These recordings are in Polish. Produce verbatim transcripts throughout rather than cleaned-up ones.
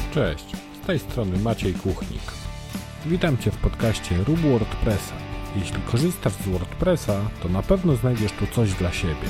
Cześć, z tej strony Maciej Kuchnik. Witam Cię w podcaście Rób WordPressa. Jeśli korzystasz z WordPressa, to na pewno znajdziesz tu coś dla siebie.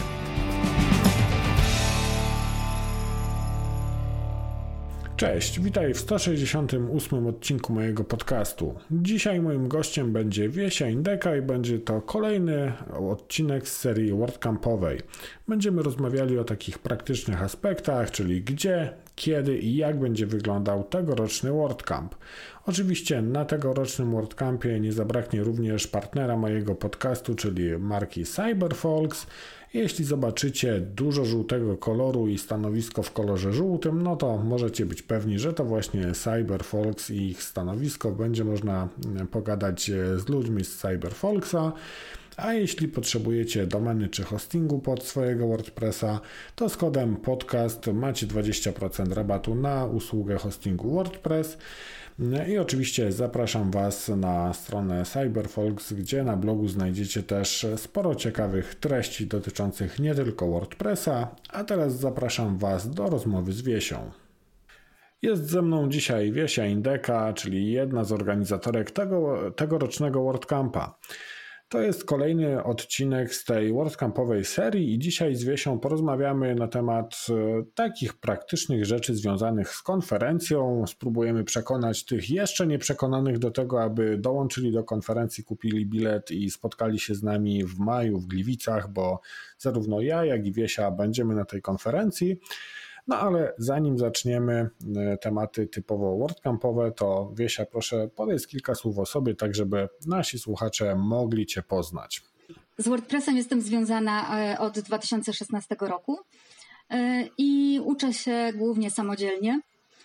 Cześć, witaj w sto sześćdziesiątym ósmym odcinku mojego podcastu. Dzisiaj moim gościem będzie Wiesia Indeka i będzie to kolejny odcinek z serii WordCampowej. Będziemy rozmawiali o takich praktycznych aspektach, czyli gdzie, kiedy i jak będzie wyglądał tegoroczny WordCamp. Oczywiście na tegorocznym WordCampie nie zabraknie również partnera mojego podcastu, czyli marki Cyberfolks. Jeśli zobaczycie dużo żółtego koloru i stanowisko w kolorze żółtym, no to możecie być pewni, że to właśnie Cyberfolks i ich stanowisko. Będzie można pogadać z ludźmi z Cyberfolksa. A jeśli potrzebujecie domeny czy hostingu pod swojego WordPressa, to z kodem podcast macie dwadzieścia procent rabatu na usługę hostingu WordPress. I oczywiście zapraszam Was na stronę Cyberfolks, gdzie na blogu znajdziecie też sporo ciekawych treści dotyczących nie tylko WordPressa, a teraz zapraszam Was do rozmowy z Wiesią. Jest ze mną dzisiaj Wiesia Indeka, czyli jedna z organizatorek tego, tegorocznego WordCampa. To jest kolejny odcinek z tej WordCampowej serii i dzisiaj z Wiesią porozmawiamy na temat takich praktycznych rzeczy związanych z konferencją. Spróbujemy przekonać tych jeszcze nieprzekonanych do tego, aby dołączyli do konferencji, kupili bilet i spotkali się z nami w maju w Gliwicach, bo zarówno ja, jak i Wiesia będziemy na tej konferencji. No ale zanim zaczniemy tematy typowo WordCampowe, to Wiesia, proszę powiedz kilka słów o sobie, tak żeby nasi słuchacze mogli Cię poznać. Z WordPressem jestem związana od dwa tysiące szesnastego roku i uczę się głównie samodzielnie.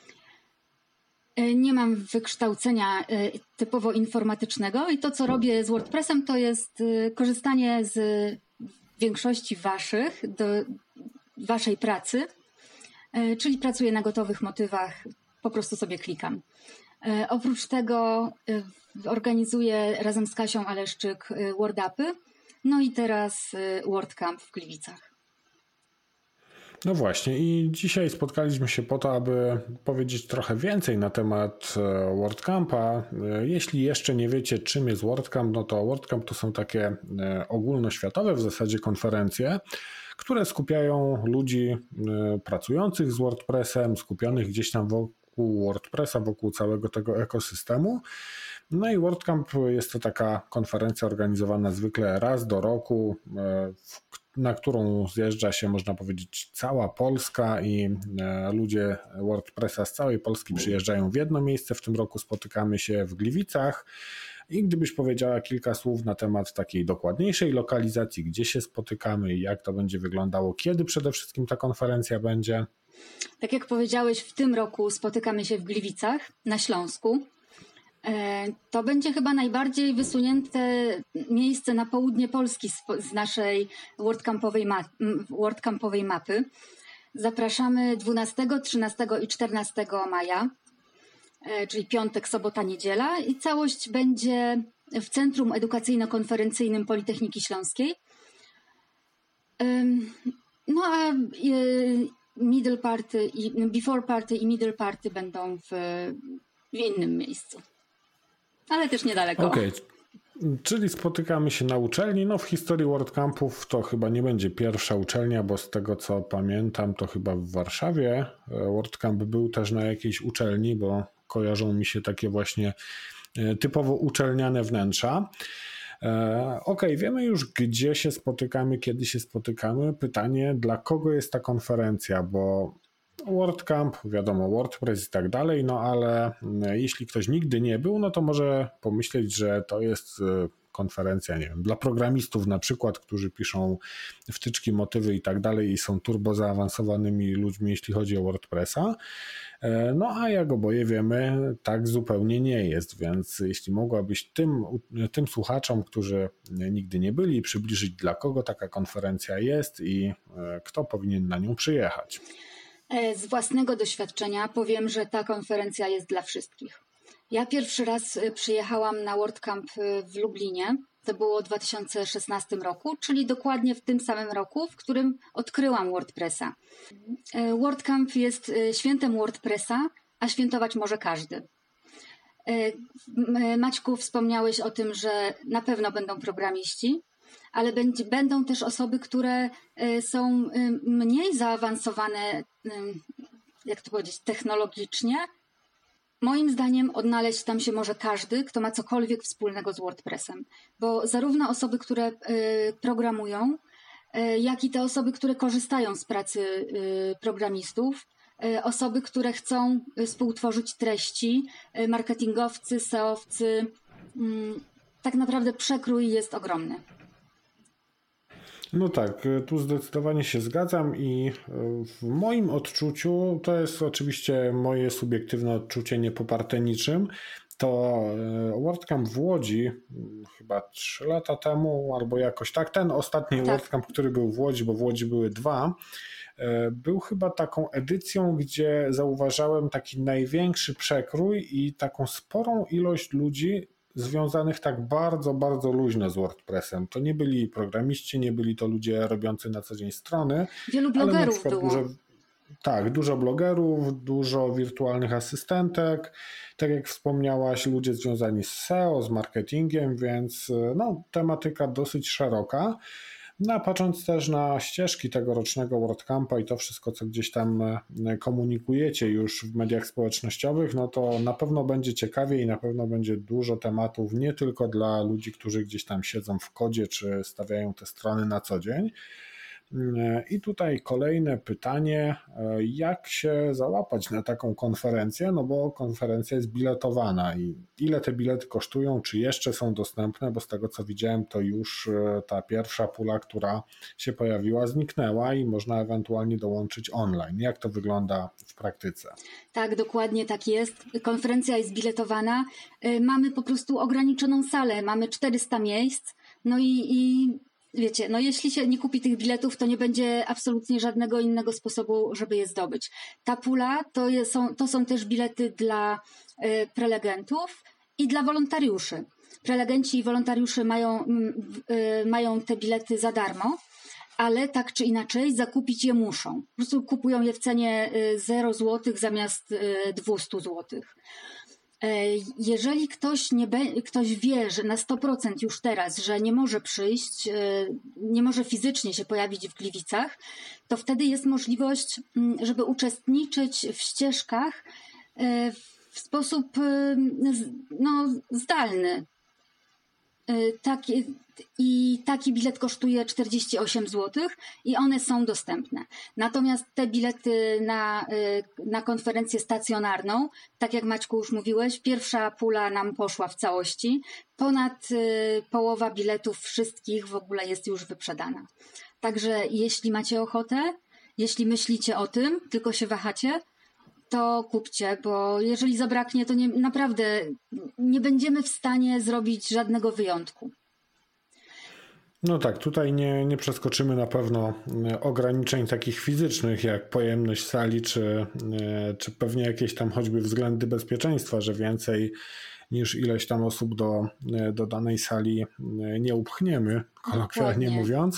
Nie mam wykształcenia typowo informatycznego i to, co robię z WordPressem, to jest korzystanie z większości waszych, do waszej pracy. Czyli pracuję na gotowych motywach, po prostu sobie klikam. Oprócz tego organizuję razem z Kasią Aleszczyk WordUpy, no i teraz WordCamp w Gliwicach. No właśnie i dzisiaj spotkaliśmy się po to, aby powiedzieć trochę więcej na temat WordCampa. Jeśli jeszcze nie wiecie, czym jest WordCamp, no to WordCamp to są takie ogólnoświatowe w zasadzie konferencje, które skupiają ludzi pracujących z WordPressem, skupionych gdzieś tam wokół WordPressa, wokół całego tego ekosystemu. No i WordCamp jest to taka konferencja organizowana zwykle raz do roku, na którą zjeżdża się, można powiedzieć, cała Polska i ludzie WordPressa z całej Polski przyjeżdżają w jedno miejsce. W tym roku spotykamy się w Gliwicach. I gdybyś powiedziała kilka słów na temat takiej dokładniejszej lokalizacji, gdzie się spotykamy i jak to będzie wyglądało, kiedy przede wszystkim ta konferencja będzie? Tak jak powiedziałeś, w tym roku spotykamy się w Gliwicach na Śląsku. To będzie chyba najbardziej wysunięte miejsce na południe Polski z naszej WordCampowej, ma- WordCampowej mapy. Zapraszamy dwunastego, trzynastego i czternastego maja. Czyli piątek, sobota, niedziela i całość będzie w Centrum Edukacyjno-Konferencyjnym Politechniki Śląskiej. No a middle party, before party i middle party będą w, w innym miejscu, ale też niedaleko. Okej, okay. Czyli spotykamy się na uczelni. No w historii WordCampów to chyba nie będzie pierwsza uczelnia, bo z tego co pamiętam, to chyba w Warszawie WordCamp był też na jakiejś uczelni, bo kojarzą mi się takie właśnie typowo uczelniane wnętrza. Okej, okay, wiemy już, gdzie się spotykamy, kiedy się spotykamy. Pytanie, dla kogo jest ta konferencja, bo WordCamp, wiadomo, WordPress i tak dalej, no ale jeśli ktoś nigdy nie był, no to może pomyśleć, że to jest konferencja, nie wiem, dla programistów na przykład, którzy piszą wtyczki, motywy i tak dalej i są turbo zaawansowanymi ludźmi, jeśli chodzi o WordPressa. No a jak oboje wiemy, tak zupełnie nie jest, więc jeśli mogłabyś tym, tym słuchaczom, którzy nigdy nie byli, przybliżyć, dla kogo taka konferencja jest i kto powinien na nią przyjechać. Z własnego doświadczenia powiem, że ta konferencja jest dla wszystkich. Ja pierwszy raz przyjechałam na WordCamp w Lublinie, to było w dwa tysiące szesnastym roku, czyli dokładnie w tym samym roku, w którym odkryłam WordPressa. WordCamp jest świętem WordPressa, a świętować może każdy. Maćku, wspomniałeś o tym, że na pewno będą programiści, ale będzie, będą też osoby, które są mniej zaawansowane, jak to powiedzieć, technologicznie. Moim zdaniem odnaleźć tam się może każdy, kto ma cokolwiek wspólnego z WordPressem, bo zarówno osoby, które programują, jak i te osoby, które korzystają z pracy programistów, osoby, które chcą współtworzyć treści, marketingowcy, S E O wcy. Tak naprawdę przekrój jest ogromny. No tak, tu zdecydowanie się zgadzam i w moim odczuciu, to jest oczywiście moje subiektywne odczucie niepoparte niczym, to WordCamp w Łodzi chyba trzy lata temu albo jakoś tak, ten ostatni tak. WordCamp, który był w Łodzi, bo w Łodzi były dwa, był chyba taką edycją, gdzie zauważałem taki największy przekrój i taką sporą ilość ludzi związanych tak bardzo, bardzo luźno z WordPressem. To nie byli programiści, nie byli to ludzie robiący na co dzień strony. Wielu blogerów było. Dużo, tak, dużo blogerów, dużo wirtualnych asystentek. Tak jak wspomniałaś, ludzie związani z S E O, z marketingiem, więc no, tematyka dosyć szeroka. No a patrząc też na ścieżki tegorocznego WordCampa i to wszystko, co gdzieś tam komunikujecie już w mediach społecznościowych, no to na pewno będzie ciekawie i na pewno będzie dużo tematów nie tylko dla ludzi, którzy gdzieś tam siedzą w kodzie czy stawiają te strony na co dzień. I tutaj kolejne pytanie, jak się załapać na taką konferencję, no bo konferencja jest biletowana i ile te bilety kosztują, czy jeszcze są dostępne, bo z tego co widziałem, to już ta pierwsza pula, która się pojawiła, zniknęła i można ewentualnie dołączyć online. Jak to wygląda w praktyce? Tak, dokładnie tak jest. Konferencja jest biletowana. Mamy po prostu ograniczoną salę, mamy czterysta miejsc, no i, i wiecie, no jeśli się nie kupi tych biletów, to nie będzie absolutnie żadnego innego sposobu, żeby je zdobyć. Ta pula to, jest, są, to są też bilety dla y, prelegentów i dla wolontariuszy. Prelegenci i wolontariusze mają, y, mają te bilety za darmo, ale tak czy inaczej zakupić je muszą. Po prostu kupują je w cenie zero złotych zamiast dwieście złotych. Jeżeli ktoś, nie be, ktoś wie, że na sto procent już teraz, że nie może przyjść, nie może fizycznie się pojawić w Gliwicach, to wtedy jest możliwość, żeby uczestniczyć w ścieżkach w sposób no, zdalny. Taki, I taki bilet kosztuje czterdzieści osiem złotych i one są dostępne. Natomiast te bilety na, na konferencję stacjonarną, tak jak Maćku już mówiłeś, pierwsza pula nam poszła w całości. Ponad połowa biletów wszystkich w ogóle jest już wyprzedana. Także jeśli macie ochotę, jeśli myślicie o tym, tylko się wahacie, to kupcie, bo jeżeli zabraknie, to nie, naprawdę nie będziemy w stanie zrobić żadnego wyjątku. No tak, tutaj nie, nie przeskoczymy na pewno ograniczeń takich fizycznych, jak pojemność sali, czy, czy pewnie jakieś tam choćby względy bezpieczeństwa, że więcej niż ileś tam osób do, do danej sali nie upchniemy, kolokwialnie mówiąc.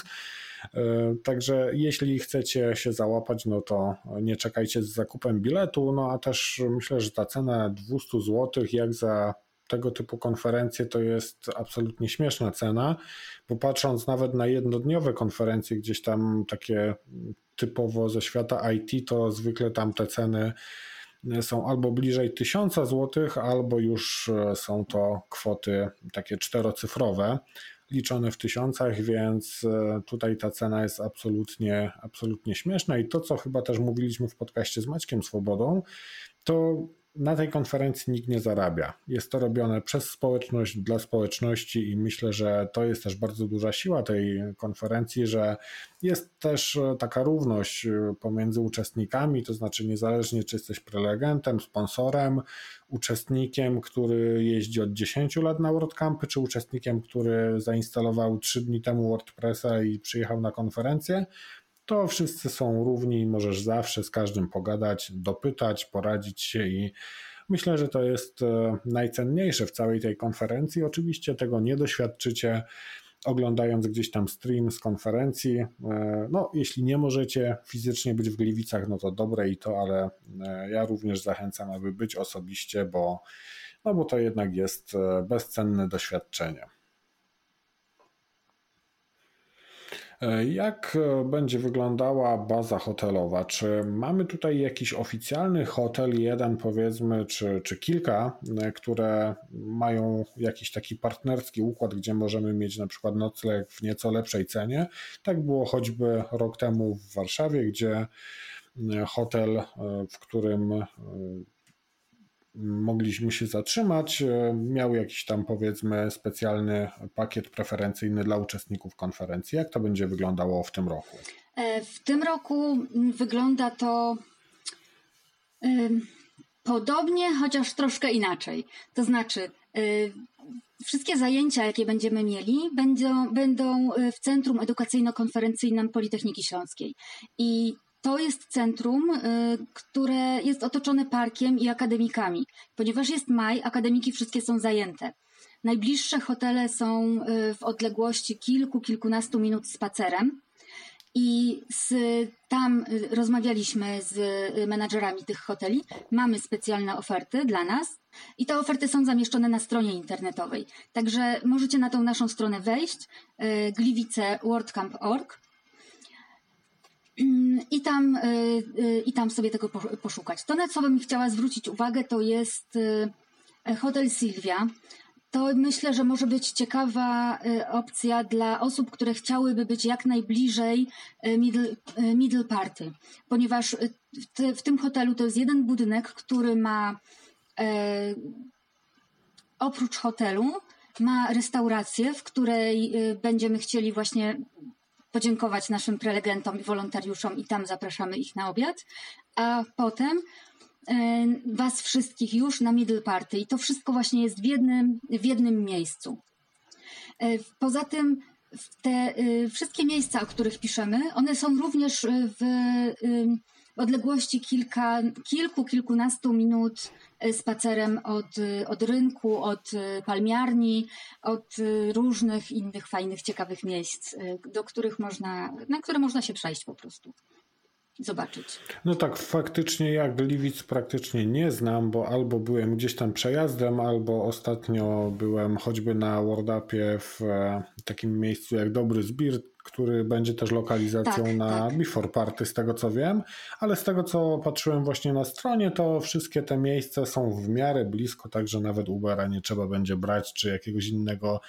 Także jeśli chcecie się załapać, no to nie czekajcie z zakupem biletu, no a też myślę, że ta cena dwieście złotych jak za tego typu konferencje to jest absolutnie śmieszna cena, bo patrząc nawet na jednodniowe konferencje gdzieś tam takie typowo ze świata I T, to zwykle tam te ceny są albo bliżej tysiąca złotych, albo już są to kwoty takie czterocyfrowe, liczone w tysiącach, więc tutaj ta cena jest absolutnie, absolutnie śmieszna i to, co chyba też mówiliśmy w podcaście z Maćkiem Swobodą, to na tej konferencji nikt nie zarabia. Jest to robione przez społeczność, dla społeczności i myślę, że to jest też bardzo duża siła tej konferencji, że jest też taka równość pomiędzy uczestnikami, to znaczy niezależnie czy jesteś prelegentem, sponsorem, uczestnikiem, który jeździ od dziesięciu lat na WordCampy, czy uczestnikiem, który zainstalował trzy dni temu WordPressa i przyjechał na konferencję, to wszyscy są równi i możesz zawsze z każdym pogadać, dopytać, poradzić się i myślę, że to jest najcenniejsze w całej tej konferencji. Oczywiście tego nie doświadczycie oglądając gdzieś tam stream z konferencji. No, jeśli nie możecie fizycznie być w Gliwicach, no to dobre i to, ale ja również zachęcam, aby być osobiście, bo, no bo to jednak jest bezcenne doświadczenie. Jak będzie wyglądała baza hotelowa? Czy mamy tutaj jakiś oficjalny hotel, jeden powiedzmy, czy, czy kilka, które mają jakiś taki partnerski układ, gdzie możemy mieć na przykład nocleg w nieco lepszej cenie? Tak było choćby rok temu w Warszawie, gdzie hotel, w którym mogliśmy się zatrzymać, miał jakiś tam powiedzmy specjalny pakiet preferencyjny dla uczestników konferencji. Jak to będzie wyglądało w tym roku? W tym roku wygląda to podobnie, chociaż troszkę inaczej. To znaczy wszystkie zajęcia, jakie będziemy mieli, będą, będą w Centrum Edukacyjno-Konferencyjnym Politechniki Śląskiej. I to jest centrum, które jest otoczone parkiem i akademikami. Ponieważ jest maj, akademiki wszystkie są zajęte. Najbliższe hotele są w odległości kilku, kilkunastu minut spacerem. I z, tam rozmawialiśmy z menadżerami tych hoteli. Mamy specjalne oferty dla nas i te oferty są zamieszczone na stronie internetowej. Także możecie na tą naszą stronę wejść, gliwice wordcamp kropka org. I tam, I tam sobie tego poszukać. To, na co bym chciała zwrócić uwagę, to jest hotel Sylwia. To myślę, że może być ciekawa opcja dla osób, które chciałyby być jak najbliżej middle, middle party, ponieważ w, w tym hotelu to jest jeden budynek, który ma e, oprócz hotelu ma restaurację, w której będziemy chcieli właśnie podziękować naszym prelegentom i wolontariuszom i tam zapraszamy ich na obiad, a potem was wszystkich już na middle party i to wszystko właśnie jest w jednym, w jednym miejscu. Poza tym te wszystkie miejsca, o których piszemy, one są również w odległości kilka, kilku, kilkunastu minut spacerem od, od rynku, od palmiarni, od różnych innych fajnych, ciekawych miejsc, do których można, na które można się przejść po prostu. Zobaczyć. No tak, faktycznie ja Gliwic praktycznie nie znam, bo albo byłem gdzieś tam przejazdem, albo ostatnio byłem choćby na Wordupie w takim miejscu jak Dobry Zbir, który będzie też lokalizacją tak, na tak. Before Party, z tego co wiem, ale z tego co patrzyłem właśnie na stronie, to wszystkie te miejsca są w miarę blisko, także nawet Ubera nie trzeba będzie brać, czy jakiegoś innego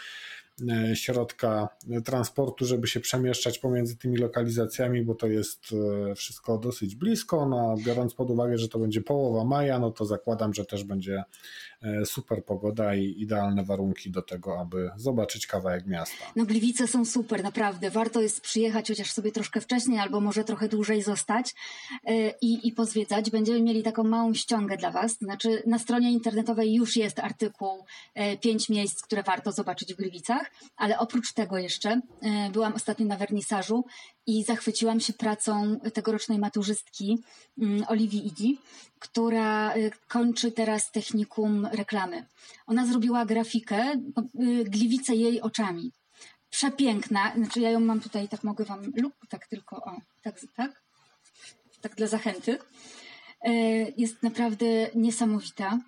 środka transportu, żeby się przemieszczać pomiędzy tymi lokalizacjami, bo to jest wszystko dosyć blisko. No, biorąc pod uwagę, że to będzie połowa maja, no to zakładam, że też będzie super pogoda i idealne warunki do tego, aby zobaczyć kawałek miasta. No Gliwice są super, naprawdę. Warto jest przyjechać chociaż sobie troszkę wcześniej albo może trochę dłużej zostać i, i pozwiedzać. Będziemy mieli taką małą ściągę dla was. Znaczy na stronie internetowej już jest artykuł pięć miejsc, które warto zobaczyć w Gliwicach, ale oprócz tego jeszcze byłam ostatnio na wernisażu i zachwyciłam się pracą tegorocznej maturzystki Oliwii Idzi, która kończy teraz technikum reklamy. Ona zrobiła grafikę Gliwice jej oczami. Przepiękna, znaczy ja ją mam tutaj, tak mogę wam, lub tak tylko, o, tak, tak, tak dla zachęty. Jest naprawdę niesamowita.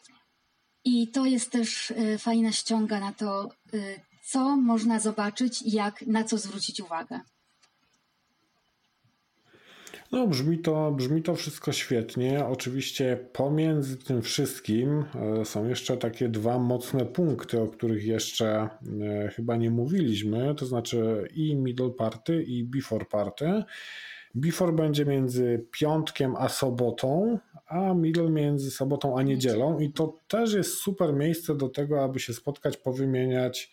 I to jest też fajna ściąga na to, co można zobaczyć i jak, na co zwrócić uwagę. No brzmi to, brzmi to wszystko świetnie. Oczywiście pomiędzy tym wszystkim są jeszcze takie dwa mocne punkty, o których jeszcze chyba nie mówiliśmy, to znaczy i middle party i before party. Before będzie między piątkiem a sobotą, a middle między sobotą a niedzielą i to też jest super miejsce do tego, aby się spotkać, powymieniać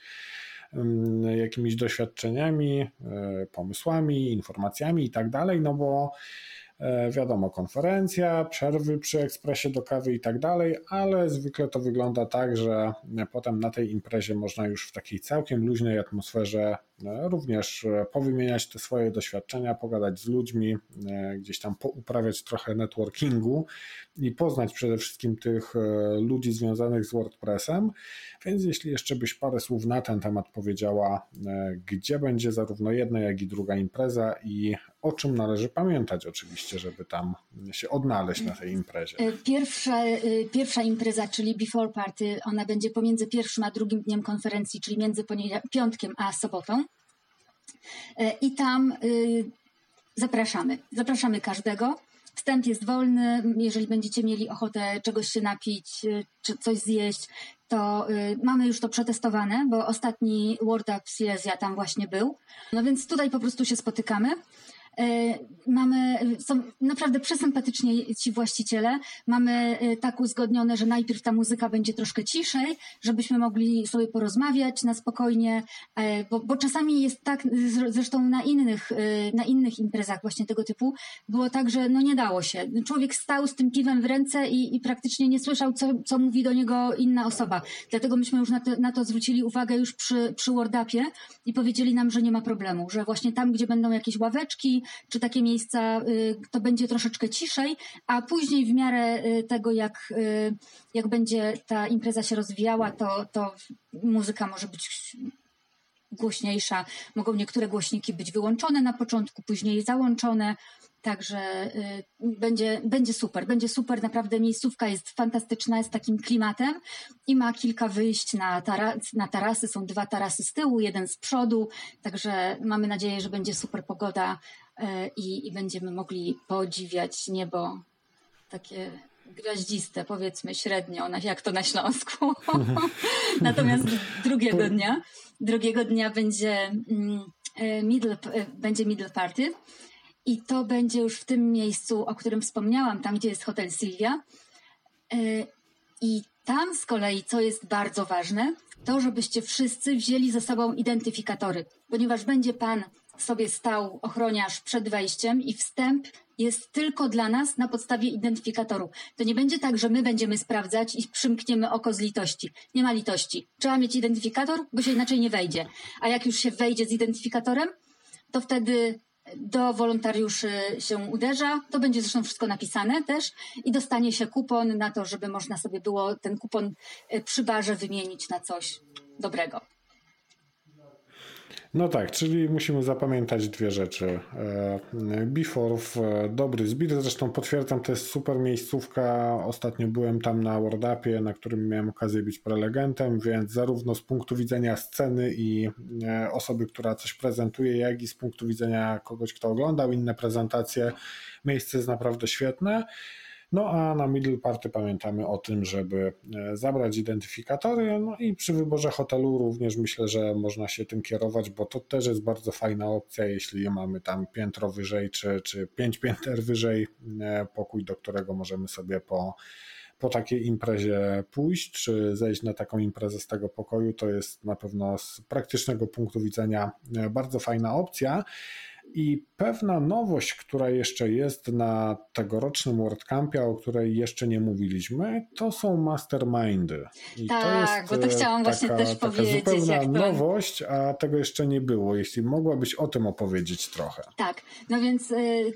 jakimiś doświadczeniami, pomysłami, informacjami i tak dalej, no bo Wiadomo, konferencja, przerwy przy ekspresie do kawy i tak dalej, ale zwykle to wygląda tak, że potem na tej imprezie można już w takiej całkiem luźnej atmosferze również powymieniać te swoje doświadczenia, pogadać z ludźmi, gdzieś tam pouprawiać trochę networkingu i poznać przede wszystkim tych ludzi związanych z WordPressem. Więc jeśli jeszcze byś parę słów na ten temat powiedziała, gdzie będzie zarówno jedna, jak i druga impreza i o czym należy pamiętać oczywiście, żeby tam się odnaleźć na tej imprezie. Pierwsza, pierwsza impreza, czyli Before Party, ona będzie pomiędzy pierwszym a drugim dniem konferencji, czyli między piątkiem a sobotą. I tam zapraszamy. Zapraszamy każdego. Wstęp jest wolny. Jeżeli będziecie mieli ochotę czegoś się napić, czy coś zjeść, to mamy już to przetestowane, bo ostatni Word Up Silesia tam właśnie był. No więc tutaj po prostu się spotykamy. Mamy, są naprawdę przesympatyczni ci właściciele. Mamy tak uzgodnione, że najpierw ta muzyka będzie troszkę ciszej, żebyśmy mogli sobie porozmawiać na spokojnie, bo, bo czasami jest tak, zresztą na innych, na innych imprezach właśnie tego typu, było tak, że no nie dało się. Człowiek stał z tym piwem w ręce i, i praktycznie nie słyszał, co, co mówi do niego inna osoba. Dlatego myśmy już na to, na to zwrócili uwagę już przy, przy WordUpie i powiedzieli nam, że nie ma problemu, że właśnie tam, gdzie będą jakieś ławeczki, czy takie miejsca, to będzie troszeczkę ciszej, a później w miarę tego, jak, jak będzie ta impreza się rozwijała, to, to muzyka może być głośniejsza. Mogą niektóre głośniki być wyłączone na początku, później załączone. Także będzie, będzie super, będzie super, naprawdę miejscówka jest fantastyczna, jest takim klimatem i ma kilka wyjść na, taras, na tarasy, są dwa tarasy z tyłu, jeden z przodu, także mamy nadzieję, że będzie super pogoda i, i będziemy mogli podziwiać niebo takie gwiaździste, powiedzmy średnio, jak to na Śląsku. Natomiast drugiego dnia, drugiego dnia będzie middle, będzie middle party. I to będzie już w tym miejscu, o którym wspomniałam, tam gdzie jest hotel Sylwia. I tam z kolei, co jest bardzo ważne, to żebyście wszyscy wzięli ze sobą identyfikatory, ponieważ będzie pan sobie stał, ochroniarz, przed wejściem i wstęp jest tylko dla nas na podstawie identyfikatoru. To nie będzie tak, że my będziemy sprawdzać i przymkniemy oko z litości. Nie ma litości. Trzeba mieć identyfikator, bo się inaczej nie wejdzie. A jak już się wejdzie z identyfikatorem, to wtedy do wolontariuszy się uderza, to będzie zresztą wszystko napisane też i dostanie się kupon na to, żeby można sobie było ten kupon przy barze wymienić na coś dobrego. No tak, czyli musimy zapamiętać dwie rzeczy. Before, dobry zbir, zresztą potwierdzam, to jest super miejscówka. Ostatnio byłem tam na WordUpie, na którym miałem okazję być prelegentem, więc zarówno z punktu widzenia sceny i osoby, która coś prezentuje, jak i z punktu widzenia kogoś, kto oglądał inne prezentacje, miejsce jest naprawdę świetne. No a na middle party pamiętamy o tym, żeby zabrać identyfikatory, no i przy wyborze hotelu również myślę, że można się tym kierować, bo to też jest bardzo fajna opcja, jeśli mamy tam piętro wyżej czy, czy pięć pięter wyżej pokój, do którego możemy sobie po, po takiej imprezie pójść, czy zejść na taką imprezę z tego pokoju, to jest na pewno z praktycznego punktu widzenia bardzo fajna opcja. I pewna nowość, która jeszcze jest na tegorocznym WordCampie, o której jeszcze nie mówiliśmy, to są mastermindy. I tak, to jest bo to chciałam taka, właśnie też taka powiedzieć. zupełna jak to... nowość, a tego jeszcze nie było. Jeśli mogłabyś o tym opowiedzieć trochę. Tak, no więc y,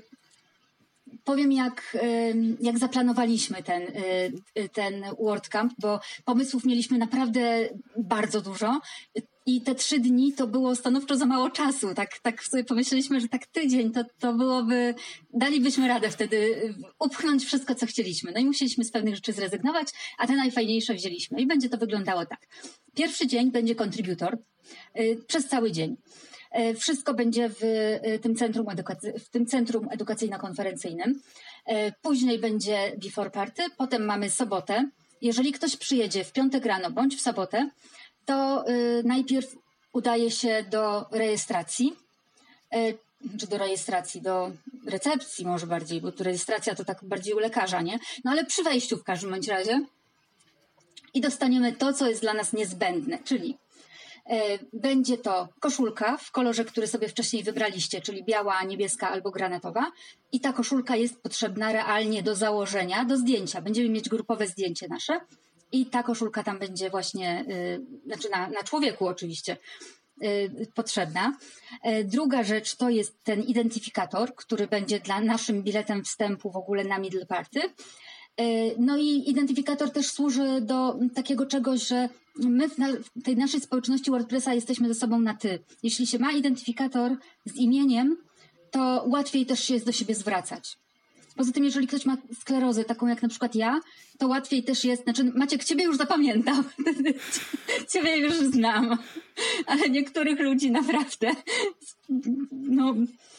powiem jak, y, jak zaplanowaliśmy ten, y, ten WordCamp, bo pomysłów mieliśmy naprawdę bardzo dużo. I te trzy dni to było stanowczo za mało czasu. Tak, tak sobie pomyśleliśmy, że tak tydzień to, to byłoby, dalibyśmy radę wtedy upchnąć wszystko, co chcieliśmy. No i musieliśmy z pewnych rzeczy zrezygnować, a te najfajniejsze wzięliśmy. I będzie to wyglądało tak. Pierwszy dzień będzie kontrybutor yy, przez cały dzień. Yy, wszystko będzie w, yy, tym centrum edukacy- w tym centrum edukacyjno-konferencyjnym. Yy, później będzie before party, potem mamy sobotę. Jeżeli ktoś przyjedzie w piątek rano bądź w sobotę, to y, najpierw udaje się do rejestracji, y, czy do rejestracji, do recepcji może bardziej, bo tu rejestracja to tak bardziej u lekarza, nie? No ale przy wejściu w każdym bądź razie i dostaniemy to, co jest dla nas niezbędne, czyli Będzie to koszulka w kolorze, który sobie wcześniej wybraliście, czyli biała, niebieska albo granatowa. I ta koszulka jest potrzebna realnie do założenia, do zdjęcia. Będziemy mieć grupowe zdjęcie nasze i ta koszulka tam będzie właśnie, znaczy na, na człowieku oczywiście, potrzebna. Druga rzecz to jest ten identyfikator, który będzie dla naszym biletem wstępu w ogóle na Middle Party. No i identyfikator też służy do takiego czegoś, że my w, na, w tej naszej społeczności WordPressa jesteśmy ze sobą na ty. Jeśli się ma identyfikator z imieniem, to łatwiej też się jest do siebie zwracać. Poza tym, jeżeli ktoś ma sklerozę, taką jak na przykład ja, to łatwiej też jest, znaczy Maciek, ciebie już zapamiętam, ciebie już znam, ale niektórych ludzi naprawdę, no,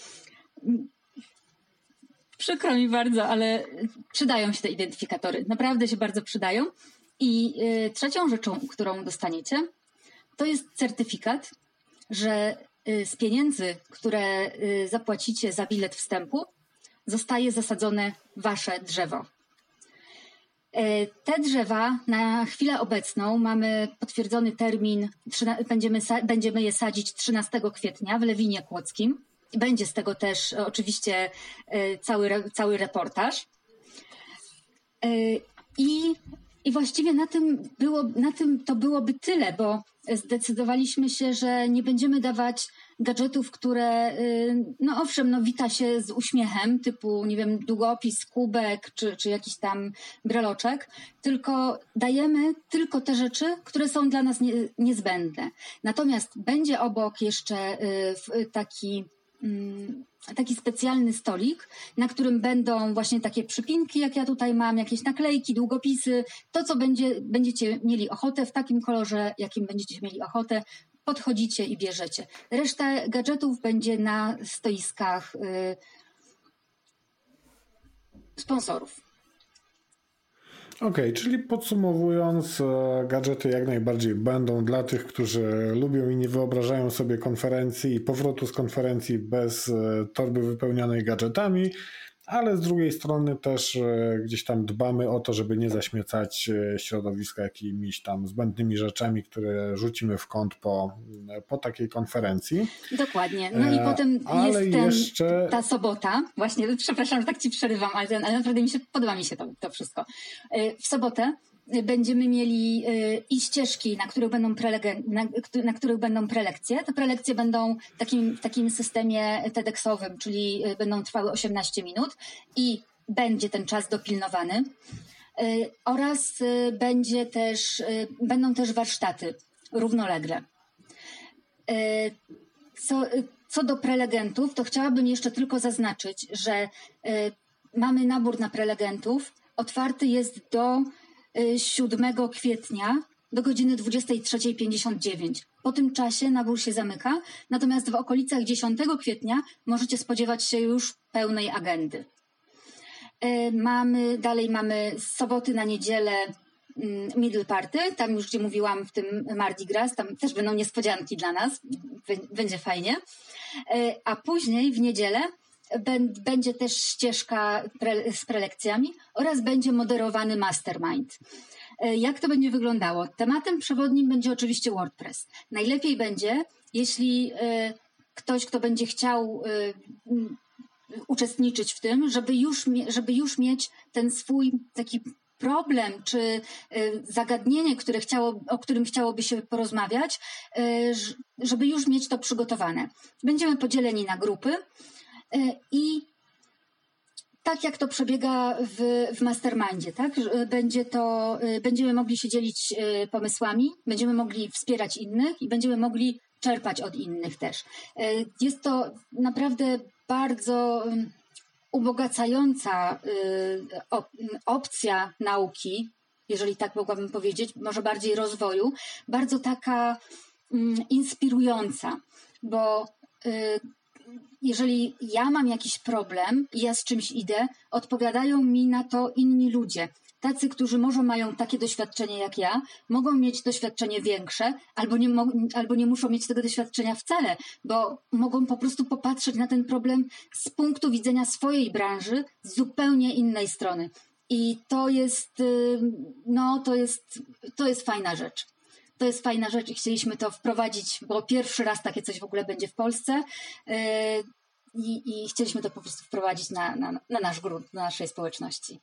przykro mi bardzo, ale przydają się te identyfikatory, naprawdę się bardzo przydają. I y, trzecią rzeczą, którą dostaniecie, to jest certyfikat, że y, z pieniędzy, które y, zapłacicie za bilet wstępu, zostaje zasadzone wasze drzewo. Te drzewa na chwilę obecną mamy potwierdzony termin, będziemy, będziemy je sadzić trzynastego kwietnia w Lewinie Kłodzkim. Będzie z tego też oczywiście cały, cały reportaż. I, i właściwie na tym, było, na tym to byłoby tyle, bo zdecydowaliśmy się, że nie będziemy dawać gadżetów, które, no owszem, no wita się z uśmiechem, typu, nie wiem, długopis, kubek, czy, czy jakiś tam breloczek, tylko dajemy tylko te rzeczy, które są dla nas nie, niezbędne. Natomiast będzie obok jeszcze taki, taki specjalny stolik, na którym będą właśnie takie przypinki, jak ja tutaj mam, jakieś naklejki, długopisy, to, co będzie, będziecie mieli ochotę w takim kolorze, jakim będziecie mieli ochotę, podchodzicie i bierzecie. Reszta gadżetów będzie na stoiskach yy, sponsorów. Okej, okay, czyli podsumowując, gadżety jak najbardziej będą dla tych, którzy lubią i nie wyobrażają sobie konferencji i powrotu z konferencji bez torby wypełnionej gadżetami, ale z drugiej strony też gdzieś tam dbamy o to, żeby nie zaśmiecać środowiska jakimiś tam zbędnymi rzeczami, które rzucimy w kąt po, po takiej konferencji. Dokładnie. No i potem ale jest ten, jeszcze... ta sobota, właśnie, przepraszam, że tak ci przerywam, ale, ten, ale naprawdę mi się podoba mi się to, to wszystko. W sobotę będziemy mieli i ścieżki, na których będą, prelegen- na, na których będą prelekcje. Te prelekcje będą w takim, w takim systemie TEDxowym, czyli będą trwały osiemnaście minut i będzie ten czas dopilnowany. Oraz będzie też, będą też warsztaty równolegle. Co, co do prelegentów, to chciałabym jeszcze tylko zaznaczyć, że mamy nabór na prelegentów. Otwarty jest do siódmego kwietnia do godziny dwudziestej trzeciej pięćdziesiąt dziewięć. Po tym czasie nabór się zamyka, natomiast w okolicach dziesiątego kwietnia możecie spodziewać się już pełnej agendy. Mamy, dalej mamy z soboty na niedzielę Middle Party, tam już gdzie mówiłam w tym Mardi Gras, tam też będą niespodzianki dla nas, będzie fajnie. A później w niedzielę będzie też ścieżka pre, z prelekcjami oraz będzie moderowany mastermind. Jak to będzie wyglądało? Tematem przewodnim będzie oczywiście WordPress. Najlepiej będzie, jeśli ktoś, kto będzie chciał uczestniczyć w tym, żeby już, żeby już mieć ten swój taki problem czy zagadnienie, które chciało, o którym chciałoby się porozmawiać, żeby już mieć to przygotowane. Będziemy podzieleni na grupy i tak jak to przebiega w, w mastermindzie, tak? Będzie to, będziemy mogli się dzielić pomysłami, będziemy mogli wspierać innych i będziemy mogli czerpać od innych też. Jest to naprawdę bardzo ubogacająca opcja nauki, jeżeli tak mogłabym powiedzieć, może bardziej rozwoju, bardzo taka inspirująca, bo jeżeli ja mam jakiś problem i ja z czymś idę, odpowiadają mi na to inni ludzie. Tacy, którzy może mają takie doświadczenie jak ja, mogą mieć doświadczenie większe, albo nie, mo- albo nie muszą mieć tego doświadczenia wcale, bo mogą po prostu popatrzeć na ten problem z punktu widzenia swojej branży, z zupełnie innej strony. I to jest, no, to jest, to jest fajna rzecz. to jest fajna rzecz i chcieliśmy to wprowadzić, bo pierwszy raz takie coś w ogóle będzie w Polsce i, i chcieliśmy to po prostu wprowadzić na, na, na nasz grunt, na naszej społeczności.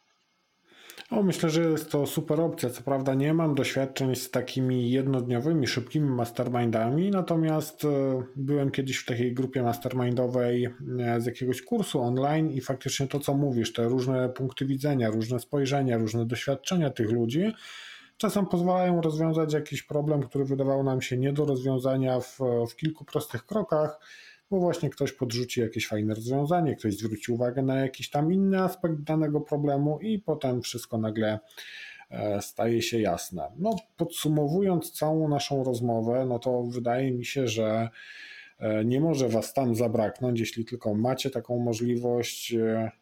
O, myślę, że jest to super opcja. Co prawda nie mam doświadczeń z takimi jednodniowymi, szybkimi mastermindami, natomiast byłem kiedyś w takiej grupie mastermindowej z jakiegoś kursu online i faktycznie to, co mówisz, te różne punkty widzenia, różne spojrzenia, różne doświadczenia tych ludzi czasem pozwalają rozwiązać jakiś problem, który wydawał nam się nie do rozwiązania w, w kilku prostych krokach, bo właśnie ktoś podrzuci jakieś fajne rozwiązanie, ktoś zwróci uwagę na jakiś tam inny aspekt danego problemu i potem wszystko nagle staje się jasne. No, podsumowując całą naszą rozmowę, no to wydaje mi się, że nie może Was tam zabraknąć, jeśli tylko macie taką możliwość.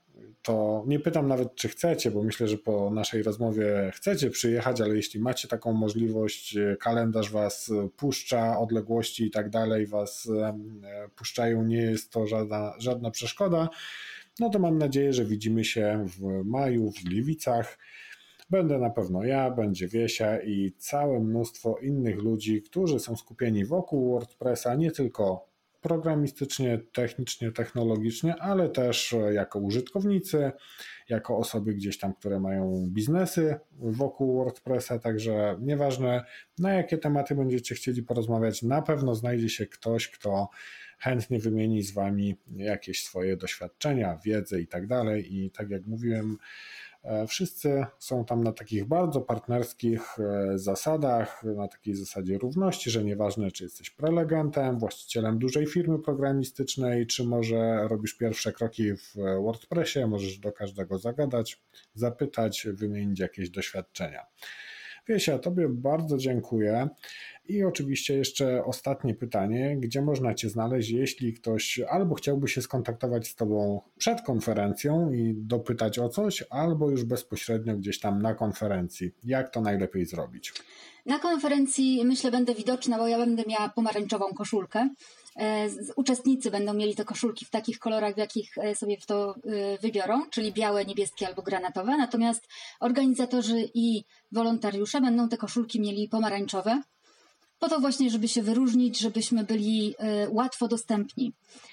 To nie pytam nawet, czy chcecie, bo myślę, że po naszej rozmowie chcecie przyjechać, ale jeśli macie taką możliwość, kalendarz Was puszcza, odległości i tak dalej Was puszczają, nie jest to żadna, żadna przeszkoda, no to mam nadzieję, że widzimy się w maju w Gliwicach. Będę na pewno ja, będzie Wiesia i całe mnóstwo innych ludzi, którzy są skupieni wokół WordPressa, nie tylko programistycznie, technicznie, technologicznie, ale też jako użytkownicy, jako osoby gdzieś tam, które mają biznesy wokół WordPressa, także nieważne na jakie tematy będziecie chcieli porozmawiać, na pewno znajdzie się ktoś, kto chętnie wymieni z Wami jakieś swoje doświadczenia, wiedzę i tak dalej i tak jak mówiłem, wszyscy są tam na takich bardzo partnerskich zasadach, na takiej zasadzie równości, że nieważne czy jesteś prelegentem, właścicielem dużej firmy programistycznej, czy może robisz pierwsze kroki w WordPressie, możesz do każdego zagadać, zapytać, wymienić jakieś doświadczenia. Wiesia, Tobie bardzo dziękuję i oczywiście jeszcze ostatnie pytanie, gdzie można Cię znaleźć, jeśli ktoś albo chciałby się skontaktować z Tobą przed konferencją i dopytać o coś, albo już bezpośrednio gdzieś tam na konferencji. Jak to najlepiej zrobić? Na konferencji myślę będę widoczna, bo ja będę miała pomarańczową koszulkę. Uczestnicy będą mieli te koszulki w takich kolorach, w jakich sobie w to wybiorą, czyli białe, niebieskie albo granatowe, natomiast organizatorzy i wolontariusze będą te koszulki mieli pomarańczowe, po to właśnie, żeby się wyróżnić, żebyśmy byli łatwo dostępni.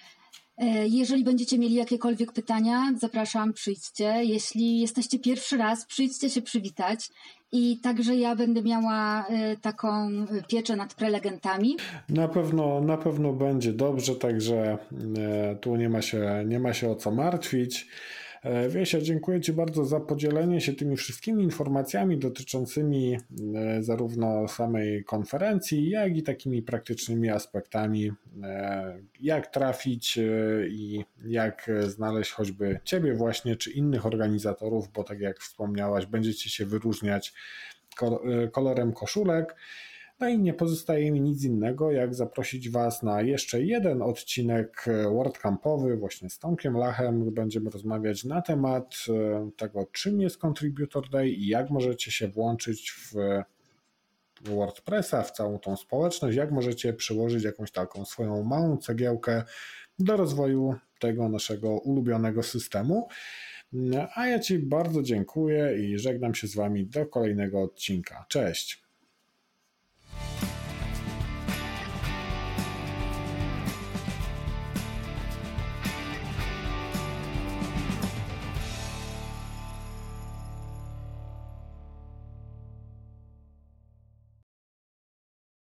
Jeżeli będziecie mieli jakiekolwiek pytania, zapraszam, przyjdźcie. Jeśli jesteście pierwszy raz, przyjdźcie się przywitać. I także ja będę miała taką pieczę nad prelegentami. Na pewno, na pewno będzie dobrze, także tu nie ma się, nie ma się o co martwić. Wiesia, dziękuję Ci bardzo za podzielenie się tymi wszystkimi informacjami dotyczącymi zarówno samej konferencji, jak i takimi praktycznymi aspektami, jak trafić i jak znaleźć choćby Ciebie właśnie, czy innych organizatorów, bo tak jak wspomniałaś, będziecie się wyróżniać kolorem koszulek. No i nie pozostaje mi nic innego, jak zaprosić Was na jeszcze jeden odcinek WordCampowy właśnie z Tomkiem Lachem. Będziemy rozmawiać na temat tego, czym jest Contributor Day i jak możecie się włączyć w WordPressa, w całą tą społeczność, jak możecie przyłożyć jakąś taką swoją małą cegiełkę do rozwoju tego naszego ulubionego systemu. A ja Ci bardzo dziękuję i żegnam się z Wami do kolejnego odcinka. Cześć!